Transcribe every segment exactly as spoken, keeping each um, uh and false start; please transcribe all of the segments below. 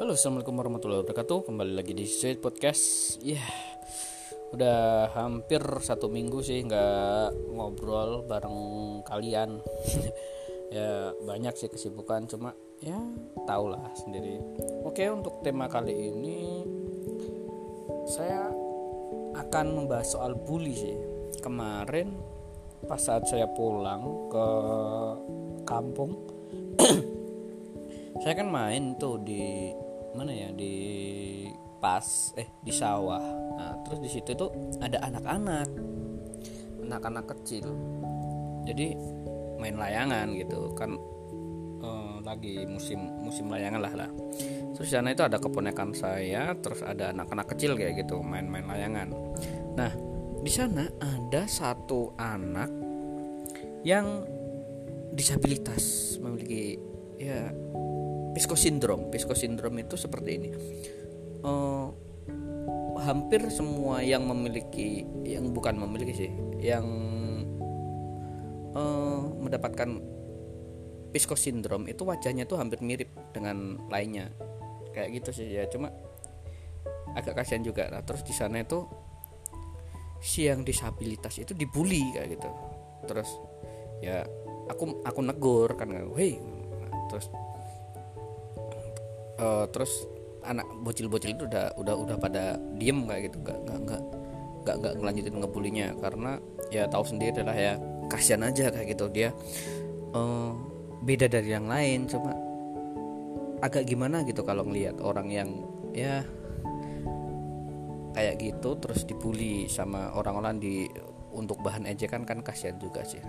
Halo, assalamualaikum warahmatullahi wabarakatuh. Kembali lagi di Sweet Podcast. Ya, yeah, udah hampir satu minggu sih nggak ngobrol bareng kalian. Ya banyak sih kesibukan, cuma ya tau lah sendiri. Oke, untuk tema kali ini saya akan membahas soal bully sih. Kemarin pas saat saya pulang ke kampung, saya kan main tuh di mana ya, di pas eh di sawah. Nah terus di situ tuh ada anak-anak anak-anak kecil, jadi main layangan gitu kan, eh, lagi musim musim layangan lah lah. Terus di sana itu ada keponakan saya, terus ada anak-anak kecil kayak gitu main-main layangan. Nah di sana ada satu anak yang disabilitas, memiliki ya Pisko-sindrom. Pisko-sindrom itu seperti ini. Uh, hampir semua yang memiliki, yang bukan memiliki sih, yang uh, mendapatkan Pisko-sindrom itu wajahnya tuh hampir mirip dengan lainnya. Kayak gitu sih ya, cuma agak kasihan juga. Nah, terus di sana itu si yang disabilitas itu dibully kayak gitu. Terus ya aku aku negur kan, "Hei." Nah, terus Uh, terus anak bocil-bocil itu udah udah udah pada diem kayak gitu, nggak nggak nggak nggak nggak ngelanjutin ngebulinya, karena ya tahu sendiri lah ya, kasihan aja kayak gitu dia, uh, beda dari yang lain. Cuma agak gimana gitu kalau ngelihat orang yang ya kayak gitu terus dibully sama orang-orang di untuk bahan ejekan, kan kasihan juga sih.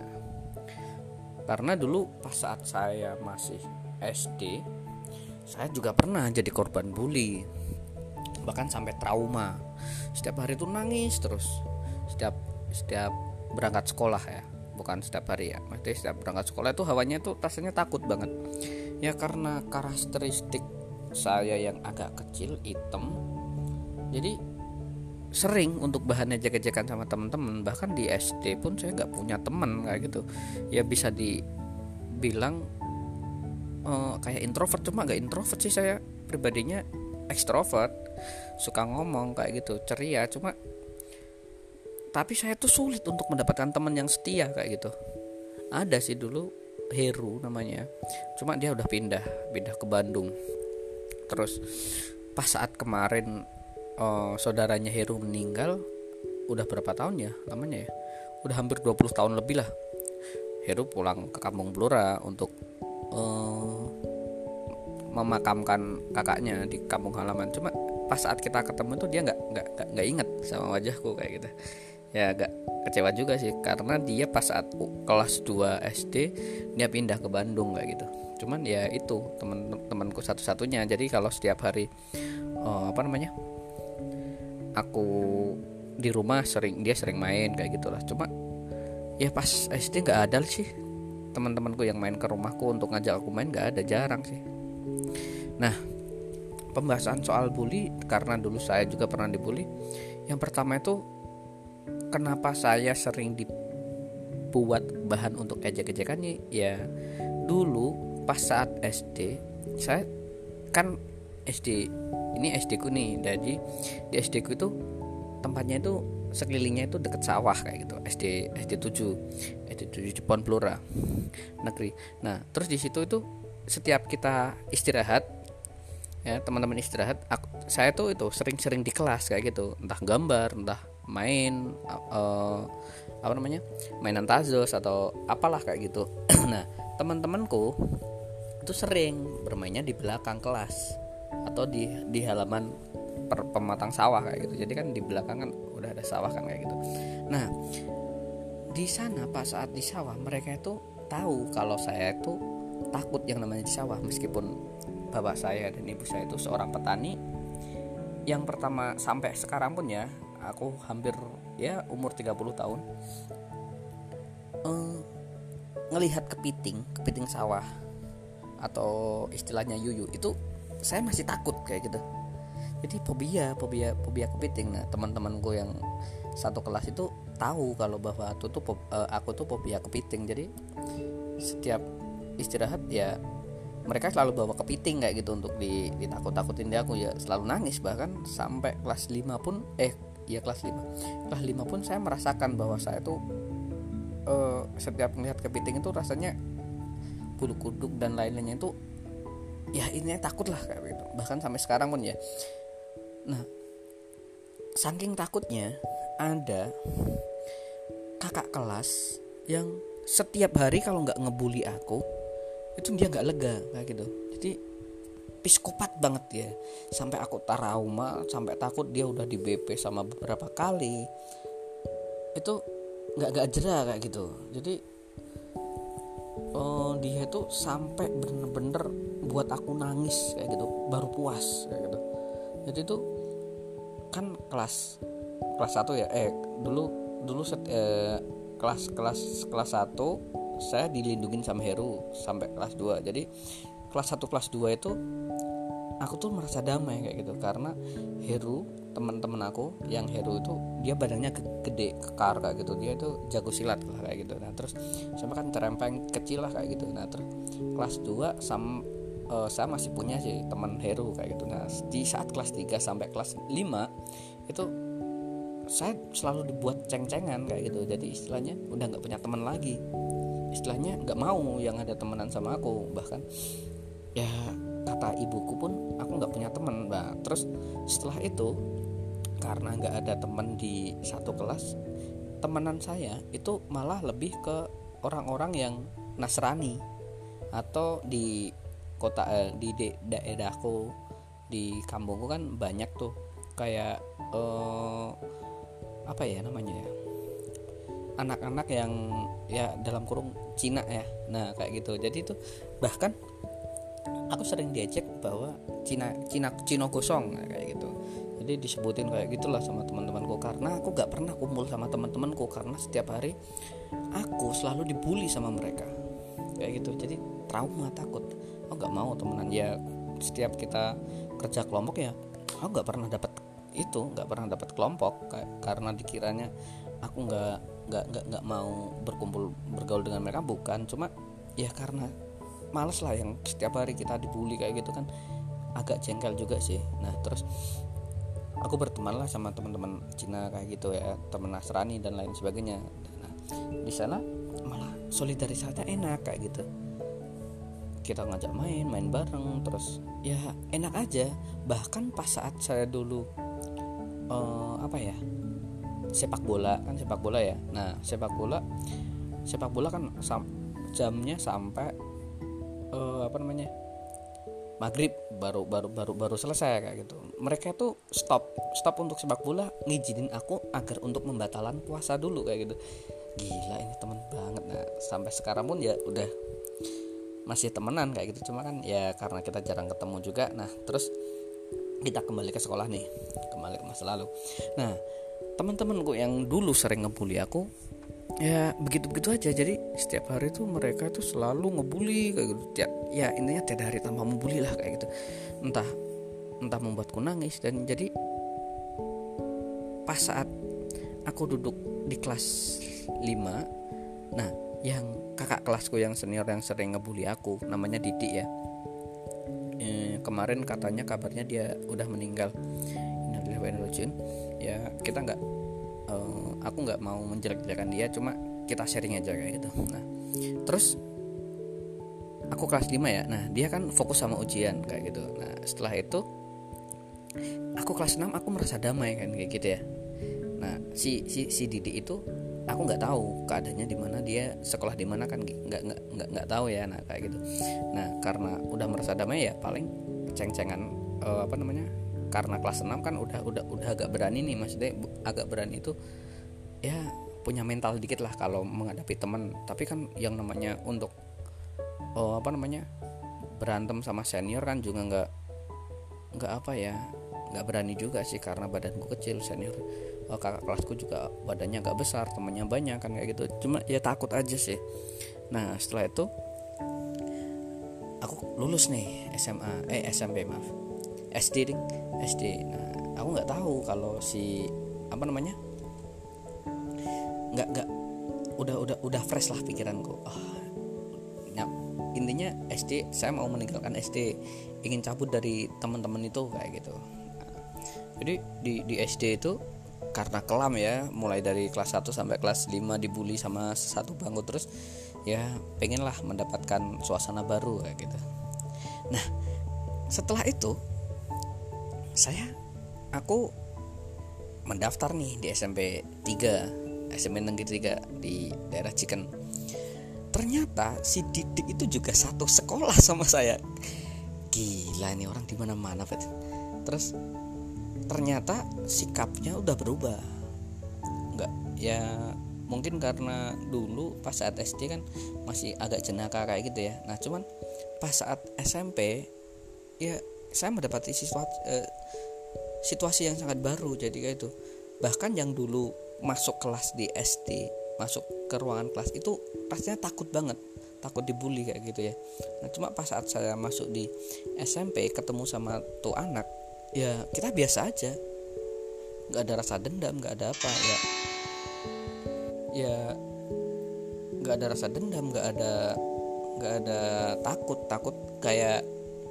Karena dulu pas saat saya masih S D, saya juga pernah jadi korban bully, bahkan sampai trauma. Setiap hari itu nangis terus, setiap setiap berangkat sekolah ya, bukan setiap hari ya, maksudnya setiap berangkat sekolah itu hawanya itu rasanya takut banget. Ya karena karakteristik saya yang agak kecil, hitam, jadi sering untuk bahan ejek-ejekan sama teman-teman. Bahkan di S D pun saya nggak punya teman kayak gitu. Ya bisa dibilang Uh, kayak introvert, cuma gak introvert sih, saya pribadinya ekstrovert, suka ngomong kayak gitu, ceria. Cuma tapi saya tuh sulit untuk mendapatkan teman yang setia kayak gitu. Ada sih dulu Heru namanya, cuma dia udah pindah pindah ke Bandung. Terus pas saat kemarin uh, saudaranya Heru meninggal, udah berapa tahun ya lamanya ya, udah hampir dua puluh tahun lebih lah. Heru pulang ke Kampung Blora untuk Uh, memakamkan kakaknya di kampung halaman. Cuma pas saat kita ketemu tuh dia nggak nggak nggak inget sama wajahku kayak gitu. Ya agak kecewa juga sih, karena dia pas saat kelas dua S D dia pindah ke Bandung kayak gitu. Cuman ya itu teman-temanku satu-satunya. Jadi kalau setiap hari uh, apa namanya aku di rumah, sering dia sering main kayak gitulah. Cuma ya pas S D nggak ada sih teman-temanku yang main ke rumahku untuk ngajak aku main, nggak ada, jarang sih. Nah, pembahasan soal bully, karena dulu saya juga pernah dibully. Yang pertama itu kenapa saya sering dibuat bahan untuk ejek-ejekan nih? Ya dulu pas saat S D, saya kan S D ini S D ku nih, jadi di S D ku itu tempatnya itu sekelilingnya itu deket sawah kayak gitu. S D S D tujuh S D tujuh Jepon Blora negeri. Nah terus di situ itu setiap kita istirahat ya, teman-teman istirahat, aku, saya tuh itu sering-sering di kelas kayak gitu, entah gambar, entah main uh, apa namanya mainan tazos atau apalah kayak gitu. Nah teman-temanku itu sering bermainnya di belakang kelas atau di di halaman per pematang sawah kayak gitu. Jadi kan di belakang kan udah ada sawah kan kayak gitu. Nah di sana pas saat di sawah, mereka itu tahu kalau saya itu takut yang namanya di sawah, meskipun bapak saya dan ibu saya itu seorang petani. Yang pertama sampai sekarang pun ya, aku hampir ya umur tiga puluh tahun, eh, ngelihat kepiting kepiting sawah atau istilahnya yuyu itu saya masih takut kayak gitu. Jadi fobia, fobia, fobia kepiting. Nah, teman-temanku yang satu kelas itu tahu kalau bahwa aku tuh aku tuh fobia kepiting. Jadi setiap istirahat ya mereka selalu bawa kepiting kayak gitu untuk di, ditakut-takutin dia, aku ya selalu nangis. Bahkan sampai kelas lima pun eh ya kelas lima kelas lima pun saya merasakan bahwa saya tuh eh, setiap melihat kepiting itu rasanya bulu kuduk dan lain-lainnya itu ya ini takut lah kayak gitu. Bahkan sampai sekarang pun ya. Nah, saking takutnya ada kakak kelas yang setiap hari kalau nggak ngebully aku itu dia nggak lega kayak gitu. Jadi psikopat banget ya, sampai aku trauma, sampai takut dia udah di B P sama beberapa kali. Itu nggak nggak jera kayak gitu. Jadi oh, dia itu sampai bener-bener buat aku nangis kayak gitu, baru puas kayak gitu. Jadi itu kan kelas kelas satu ya, eh dulu dulu set, eh, kelas kelas kelas satu saya dilindungin sama Heru sampai kelas dua. Jadi kelas satu kelas dua itu aku tuh merasa damai kayak gitu, karena Heru, teman-teman aku yang Heru itu dia badannya gede, kekar kayak gitu, dia itu jago silat lah kayak gitu. Nah terus sama kan cerempeng kecil lah kayak gitu. Nah terus kelas dua sama uh, saya masih punya sih teman Heru kayak gitu. Nah di saat kelas tiga sampai kelas lima itu saya selalu dibuat ceng-cengan kayak gitu. Jadi istilahnya udah nggak punya teman lagi, istilahnya nggak mau yang ada temenan sama aku. Bahkan ya kata ibuku pun aku nggak punya teman. Nah terus setelah itu karena nggak ada teman di satu kelas, temenan saya itu malah lebih ke orang-orang yang Nasrani, atau di kota eh, di de- daerahku di kampungku kan banyak tuh kayak eh, apa ya namanya ya, anak-anak yang ya dalam kurung Cina ya. Nah kayak gitu. Jadi itu bahkan aku sering diajak bahwa Cina Cina Cino gosong kayak gitu. Jadi disebutin kayak gitulah sama teman-temanku, karena aku nggak pernah kumpul sama teman-temanku karena setiap hari aku selalu dibully sama mereka kayak gitu. Jadi trauma, takut, aku nggak mau temenan. Ya setiap kita kerja kelompok ya aku nggak pernah dapat itu, nggak pernah dapat kelompok kayak, karena dikiranya aku nggak nggak nggak nggak mau berkumpul bergaul dengan mereka, bukan, cuma ya karena males lah yang setiap hari kita dibully kayak gitu kan, agak jengkel juga sih. Nah terus aku berteman lah sama teman-teman Cina kayak gitu ya, teman Nasrani dan lain sebagainya. Nah di sana malah solidaritasnya enak kayak gitu, kita ngajak main main bareng, terus ya enak aja. Bahkan pas saat saya dulu uh, apa ya sepak bola kan sepak bola ya. Nah sepak bola sepak bola kan sam- jamnya sampai uh, apa namanya maghrib baru baru baru baru selesai kayak gitu. Mereka tuh stop stop untuk sepak bola, ngizinin aku agar untuk membatalan puasa dulu kayak gitu. Gila ini teman banget. Nah sampai sekarang pun ya udah masih temenan kayak gitu, cuma kan ya karena kita jarang ketemu juga. Nah terus kita kembali ke sekolah nih, kembali ke masa lalu. Nah teman-temanku yang dulu sering ngebully aku ya begitu-begitu aja. Jadi setiap hari tuh mereka tuh selalu ngebully kayak gitu. Ya, ya intinya tiada hari tanpa membully lah kayak gitu. Entah entah membuatku nangis. Dan jadi pas saat aku duduk di kelas lima, nah yang kakak kelasku yang senior yang sering ngebully aku namanya Didi ya, e, kemarin katanya kabarnya dia udah meninggal. Innalillahi wa inna ilaihi raji'un. Ya kita nggak Uh, aku nggak mau menjelek-jelekan dia, cuma kita sharing aja kayak gitu. Nah terus aku kelas lima ya, nah dia kan fokus sama ujian kayak gitu. Nah setelah itu aku kelas enam, aku merasa damai kan kayak gitu ya. Nah si si si Didi itu aku nggak tahu keadaannya di mana, dia sekolah di mana kan nggak nggak nggak nggak tahu ya. Nah kayak gitu. Nah karena udah merasa damai ya paling ceng-cengan uh, apa namanya, karena kelas enam kan udah udah udah agak berani nih, maksudnya agak berani itu ya punya mental dikit lah kalau menghadapi teman. Tapi kan yang namanya untuk oh apa namanya berantem sama senior kan juga nggak nggak apa ya nggak berani juga sih, karena badanku kecil, senior oh, kakak kelasku juga badannya nggak besar, temannya banyak kan kayak gitu. Cuma ya takut aja sih. Nah setelah itu aku lulus nih S M A eh S M P maaf S D ding S D. Nah aku nggak tahu kalau si apa namanya nggak nggak udah udah udah fresh lah pikiranku. Oh, intinya S D saya mau meninggalkan S D, ingin cabut dari teman-teman itu kayak gitu. Jadi di di S D itu karena kelam ya, mulai dari kelas satu sampai kelas lima dibully sama satu bangku terus, ya pengenlah mendapatkan suasana baru kayak gitu. Nah setelah itu saya aku mendaftar nih di S M P tiga, S M P Negeri tiga di daerah Ciken. Ternyata si Didik itu juga satu sekolah sama saya. Gila, ini orang di mana-mana, Fet. Terus ternyata sikapnya udah berubah. Enggak, ya mungkin karena dulu pas saat S D kan masih agak jenaka kayak gitu ya. Nah, cuman pas saat S M P ya saya mendapati situasi, eh, situasi yang sangat baru. Jadi kayak itu. Bahkan yang dulu masuk kelas di S D, masuk ke ruangan kelas itu rasanya takut banget, takut dibully kayak gitu ya. Nah cuma pas saat saya masuk di S M P ketemu sama tuh anak, ya kita biasa aja, nggak ada rasa dendam, nggak ada apa ya, ya nggak ada rasa dendam, nggak ada nggak ada takut takut kayak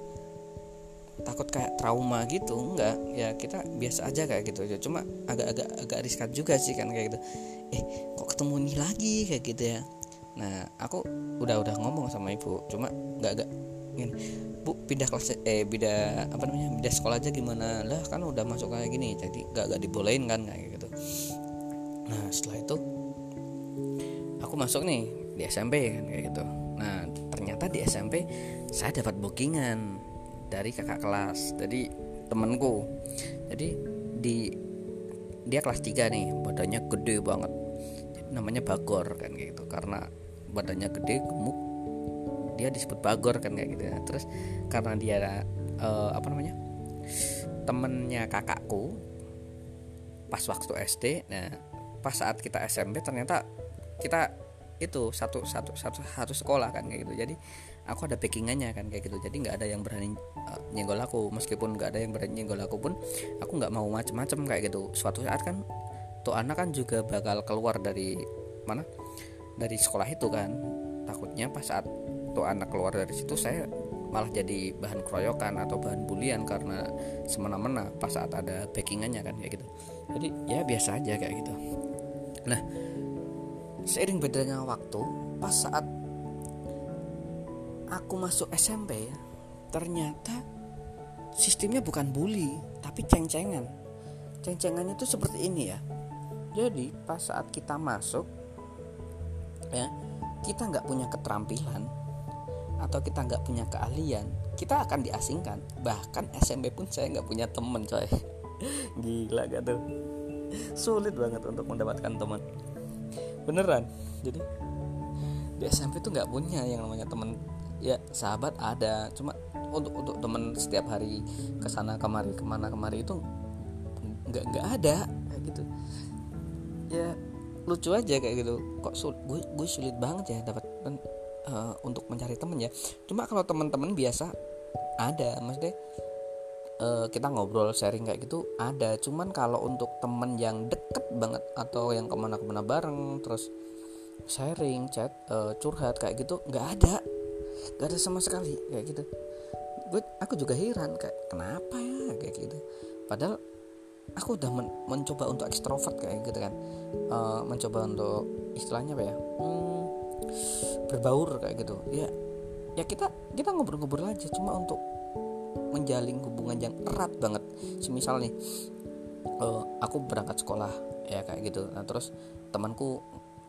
takut kayak trauma gitu, enggak ya, kita biasa aja kayak gitu aja. Cuma agak-agak agak riskan juga sih kan kayak gitu, eh kok ketemu nih lagi kayak gitu ya. Nah aku udah udah ngomong sama ibu, cuma nggak agak ingin bu pindah kelas, eh pindah apa namanya pindah sekolah aja gimana lah, kan udah masuk kayak gini, jadi nggak nggak dibolehin kan kayak gitu. Nah setelah itu aku masuk nih di S M P kan kayak gitu. Nah ternyata di S M P saya dapat bookingan dari kakak kelas, jadi temanku. Jadi di dia kelas tiga nih, badannya gede banget, jadi namanya Bagor kan kayak gitu, karena badannya gede gemuk dia disebut Bagor kan kayak gitu. Terus karena dia uh, apa namanya temennya kakakku pas waktu S D, nah pas saat kita S M P ternyata kita itu satu satu satu satu sekolah kan kayak gitu. Jadi aku ada backingannya kan kayak gitu. Jadi nggak ada yang berani uh, nyenggol aku, meskipun nggak ada yang berani nyenggol aku pun aku nggak mau macem-macem kayak gitu. Suatu saat kan tuh anak kan juga bakal keluar dari mana dari sekolah itu kan. Takutnya pas saat tuh anak keluar dari situ saya malah jadi bahan keroyokan atau bahan bulian karena semena-mena pas saat ada backingannya kan kayak gitu. Jadi ya biasa aja kayak gitu. Nah seiring berjalannya waktu, pas saat aku masuk S M P ya, ternyata sistemnya bukan bully tapi ceng-cengan. Ceng-cengannya itu seperti ini ya. Jadi pas saat kita masuk ya, kita nggak punya keterampilan atau kita nggak punya keahlian, kita akan diasingkan. Bahkan S M P pun saya nggak punya teman, coy. Gila gak tuh? Sulit banget untuk mendapatkan teman, beneran. Jadi di S M P tuh nggak punya yang namanya teman. Ya sahabat ada, cuma untuk untuk teman setiap hari kesana kemari kemana kemari itu nggak nggak ada kayak gitu. Ya lucu aja kayak gitu. Kok sul, gue gue sulit banget ya dapat uh, untuk mencari teman ya. Cuma kalau teman-teman biasa ada, maksudnya uh, kita ngobrol sharing kayak gitu ada. Cuman kalau untuk teman yang deket banget atau yang kemana-kemana bareng terus sharing chat uh, curhat kayak gitu nggak ada. Gak ada sama sekali kayak gitu. Gue, aku juga heran kayak kenapa ya kayak gitu. Padahal aku udah men- mencoba untuk ekstrovert kayak gitu kan, uh, mencoba untuk istilahnya apa ya, hmm, berbaur kayak gitu. Ya, ya kita kita ngobrol-ngobrol aja, cuma untuk menjalin hubungan yang erat banget. Semisal nih, uh, aku berangkat sekolah ya kayak gitu. Nah terus temanku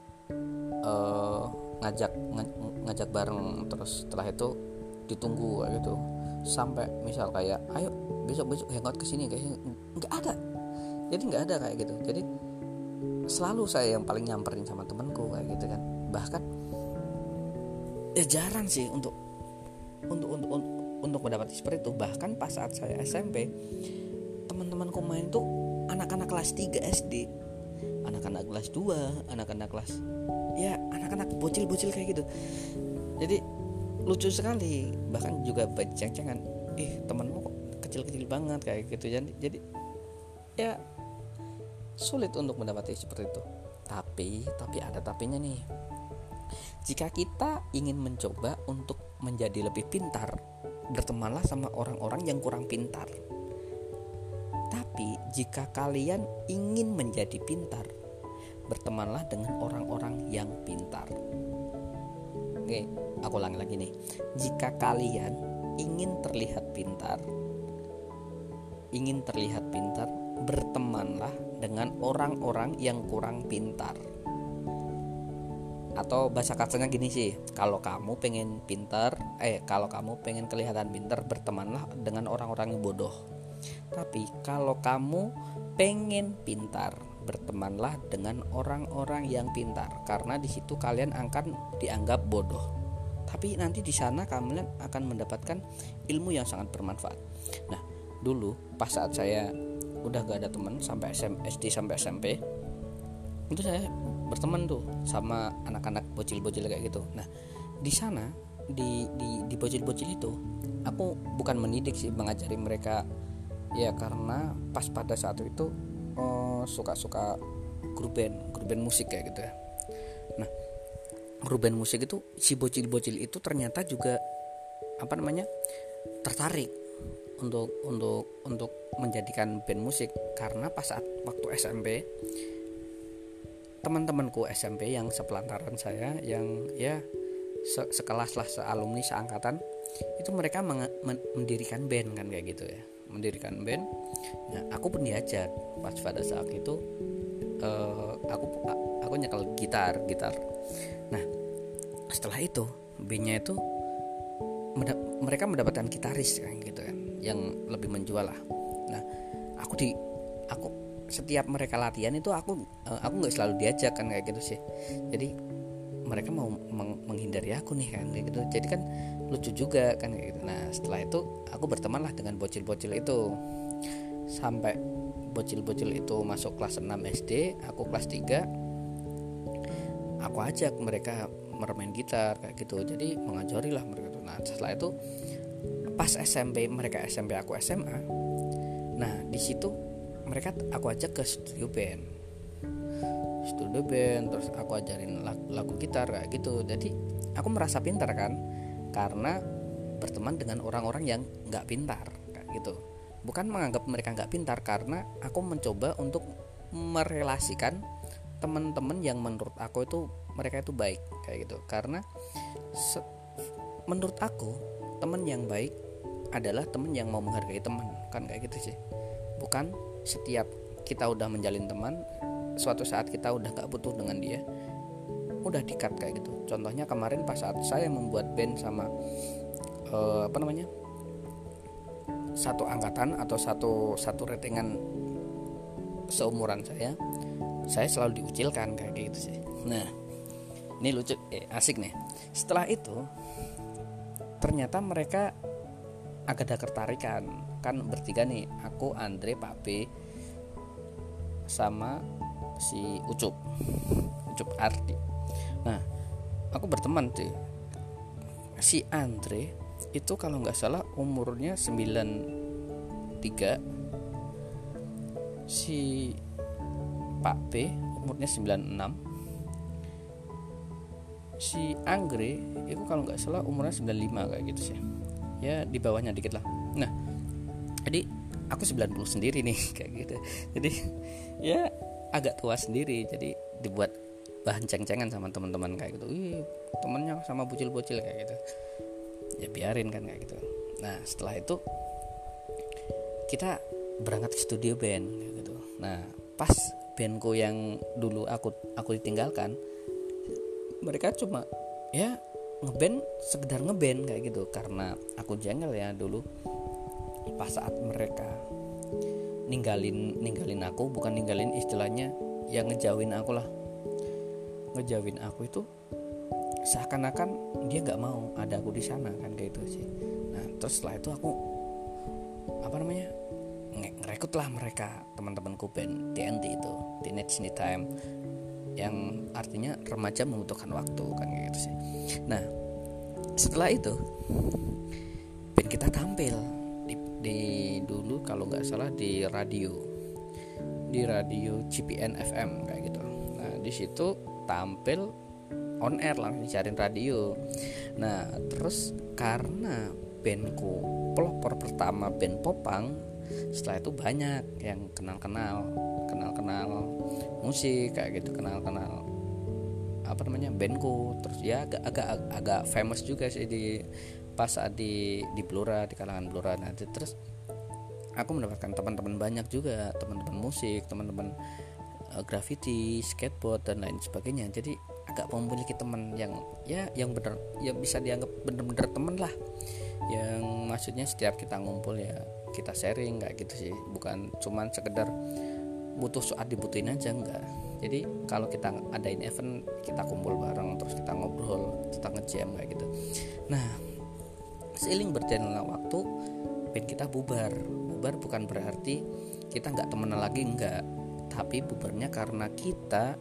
uh, ngajak ng- ngajak bareng, terus setelah itu ditunggu kayak gitu sampai misal kayak ayo besok-besok hangout kesini kayak nggak ada. Jadi nggak ada kayak gitu. Jadi selalu saya yang paling nyamperin sama temanku kayak gitu kan. Bahkan ya jarang sih untuk untuk untuk untuk, untuk mendapat seperti itu. Bahkan pas saat saya S M P teman-temanku main tuh anak-anak kelas tiga S D, anak-anak kelas dua, anak-anak kelas ya anak-anak bocil-bocil kayak gitu. Jadi lucu sekali. Bahkan juga ceng-cengan, eh temanmu kok kecil-kecil banget kayak gitu. Jadi, jadi ya sulit untuk mendapati seperti itu. Tapi tapi ada tapinya nih. Jika kita ingin mencoba untuk menjadi lebih pintar, bertemanlah sama orang-orang yang kurang pintar. Tapi jika kalian ingin menjadi pintar, bertemanlah dengan orang-orang yang pintar. Oke, aku ulangi lagi nih. Jika kalian ingin terlihat pintar, ingin terlihat pintar, bertemanlah dengan orang-orang yang kurang pintar. Atau bahasa kasarnya gini sih, kalau kamu pengen pintar, eh kalau kamu pengen kelihatan pintar, bertemanlah dengan orang-orang yang bodoh. Tapi kalau kamu pengen pintar, bertemanlah dengan orang-orang yang pintar, karena di situ kalian akan dianggap bodoh. Tapi nanti di sana kalian akan mendapatkan ilmu yang sangat bermanfaat. Nah, dulu pas saat saya udah gak ada teman sampai S D sampai S M P, itu saya berteman tuh sama anak-anak bocil-bocil kayak gitu. Nah, di sana di di di bocil-bocil itu aku bukan mendidik sih, mengajari mereka ya, karena pas pada saat itu oh, suka-suka grup band, grup band musik kayak gitu ya. Nah, grup band musik itu si bocil-bocil itu ternyata juga apa namanya? tertarik untuk untuk untuk menjadikan band musik, karena pas saat waktu S M P teman-temanku S M P yang sepelantaran saya, yang ya se- sekelas lah, sealumni, seangkatan, itu mereka meng- men- mendirikan band kan kayak gitu ya, mendirikan band. Nah, aku pun diajak pas pada saat itu, uh, aku aku nyekel gitar gitar. Nah, setelah itu bandnya itu meda- mereka mendapatkan gitaris kan gitu kan, yang lebih menjual lah. Nah, aku di aku setiap mereka latihan itu aku aku nggak selalu diajak kan kayak gitu sih. Jadi mereka mau meng- menghindari aku nih kan kayak gitu. Jadi kan lucu juga kan kayak gitu. Nah, setelah itu aku berteman lah dengan bocil-bocil itu sampai bocil-bocil itu masuk kelas enam S D, aku kelas tiga. Aku ajak mereka bermain gitar kayak gitu. Jadi mengajari lah mereka itu. Nah, setelah itu pas S M P, mereka S M P, aku S M A. Nah, di situ mereka aku ajak ke studio band studio band terus aku ajarin lagu, lagu gitar kayak gitu. Jadi aku merasa pintar kan, karena berteman dengan orang-orang yang gak pintar kayak gitu. Bukan menganggap mereka gak pintar, karena aku mencoba untuk merelasikan teman-teman yang menurut aku itu mereka itu baik kayak gitu. Karena se- menurut aku teman yang baik adalah teman yang mau menghargai teman kan kayak gitu sih. Bukan setiap kita udah menjalin teman, suatu saat kita udah gak butuh dengan dia, udah di-cut kayak gitu. Contohnya kemarin pas saat saya membuat band sama uh, apa namanya satu angkatan atau satu satu ratingan seumuran saya, saya selalu diucilkan kayak gitu sih. Nah, ini lucu, eh, asik nih. Setelah itu ternyata mereka agak ada ketertarikan, kan bertiga nih, aku, Andre, Pak B, sama si Ucup Ucup Ardi. Nah, aku berteman tuh. Si Andre itu kalau nggak salah umurnya sembilan tiga, si Pak B umurnya sembilan enam, si Anggre itu kalau nggak salah umurnya sembilan lima kayak gitu sih. Ya di bawahnya dikit lah. Nah, jadi aku sembilan puluh sendiri nih kayak gitu. Jadi ya agak tua sendiri. Jadi dibuat bahan ceng-cengan sama teman-teman kayak gitu. Ih, temennya sama bocil-bocil kayak gitu. Ya biarin kan kayak gitu. Nah, setelah itu kita berangkat ke studio band kayak gitu. Nah, pas bandku yang dulu aku aku ditinggalkan, mereka cuma ya ngeband, sekedar ngeband kayak gitu. Karena aku jengkel ya dulu pas saat mereka ninggalin ninggalin aku, bukan ninggalin istilahnya, yang ngejauhin aku lah, ngejauhin aku itu seakan-akan dia nggak mau ada aku di sana kan kayak gitu sih. Nah, terus setelah itu aku apa namanya ngerekrut lah mereka, teman-temanku band T N T itu, Teenage Anytime, yang artinya remaja membutuhkan waktu kan kayak gitu sih. Nah, setelah itu band kita tampil di, di dulu kalau nggak salah di radio di radio C P N F M kayak gitu. Nah, di situ tampil on air, langsung siarin radio. Nah terus karena bandku pelopor pertama band popang, setelah itu banyak yang kenal-kenal kenal-kenal musik kayak gitu, kenal-kenal apa namanya bandku. Terus ya agak agak agak famous juga sih di pas saat di di Blora, di kalangan Blora. Nah terus aku mendapatkan teman-teman banyak juga, teman-teman musik, teman-teman uh, graffiti, skateboard dan lain sebagainya. Jadi agak memiliki teman yang ya yang benar, yang bisa dianggap benar-benar teman lah. Yang maksudnya setiap kita ngumpul ya kita sharing kayak gitu sih, bukan cuman sekedar butuh saat dibutuhin aja, enggak. Jadi kalau kita adain event kita kumpul bareng, terus kita ngobrol, kita nge-jam kayak gitu. Nah seiring berjalannya waktu band kita bubar. Bubar bukan berarti kita nggak temenan lagi, enggak, tapi bubarnya karena kita,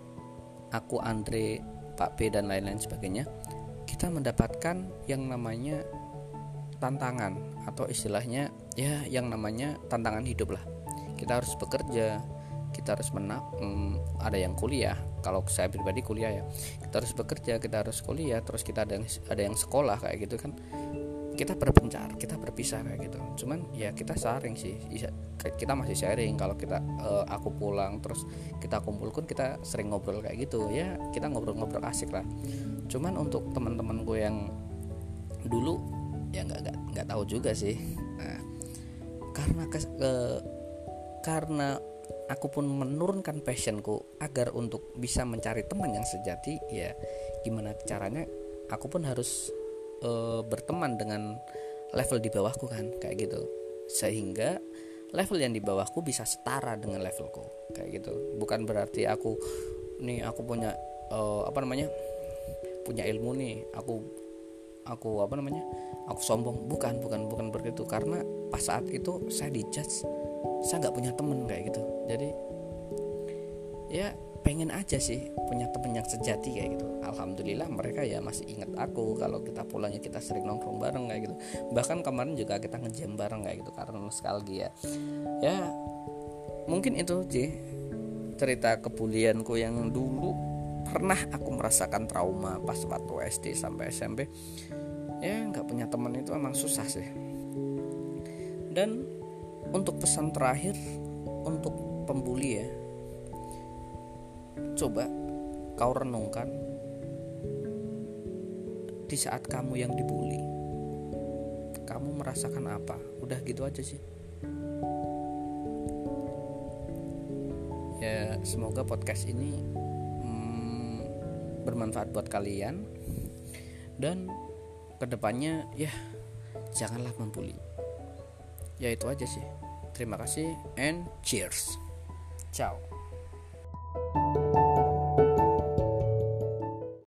aku, Andre, Pak B dan lain-lain sebagainya, kita mendapatkan yang namanya tantangan, atau istilahnya ya yang namanya tantangan hidup lah. Kita harus bekerja, kita harus menang, hmm, ada yang kuliah. Kalau saya pribadi kuliah ya, kita harus bekerja, kita harus kuliah, terus kita ada yang, ada yang sekolah kayak gitu kan. Kita berpencar, kita berpisah kayak gitu. Cuman ya kita sharing sih, kita masih sharing. Kalau kita uh, aku pulang terus kita kumpul pun kita sering ngobrol kayak gitu ya, kita ngobrol-ngobrol asik lah. Cuman untuk teman-teman gue yang dulu ya nggak nggak nggak tahu juga sih. Nah karena kes, uh, karena aku pun menurunkan passionku agar untuk bisa mencari teman yang sejati, ya gimana caranya aku pun harus E, berteman dengan level di bawahku kan kayak gitu, sehingga level yang di bawahku bisa setara dengan levelku kayak gitu. Bukan berarti aku nih aku punya e, apa namanya punya ilmu nih, aku aku apa namanya aku sombong, bukan bukan bukan begitu. Karena pas saat itu saya dijudge, saya nggak punya temen kayak gitu. Jadi ya pengen aja sih punya temen yang sejati kayak gitu. Alhamdulillah mereka ya masih ingat aku, kalau kita pulangnya kita sering nongkrong bareng kayak gitu. Bahkan kemarin juga kita nge-jam bareng kayak gitu karena nostalgia. Ya mungkin itu sih cerita kebulianku yang dulu pernah aku merasakan trauma pas waktu S D sampai S M P. Ya nggak punya teman itu emang susah sih. Dan untuk pesan terakhir untuk pembuli ya, coba kau renungkan di saat kamu yang dibully, kamu merasakan apa? Udah gitu aja sih. Ya semoga podcast ini hmm, bermanfaat buat kalian. Dan kedepannya ya janganlah membuli. Ya itu aja sih. Terima kasih and cheers. Ciao.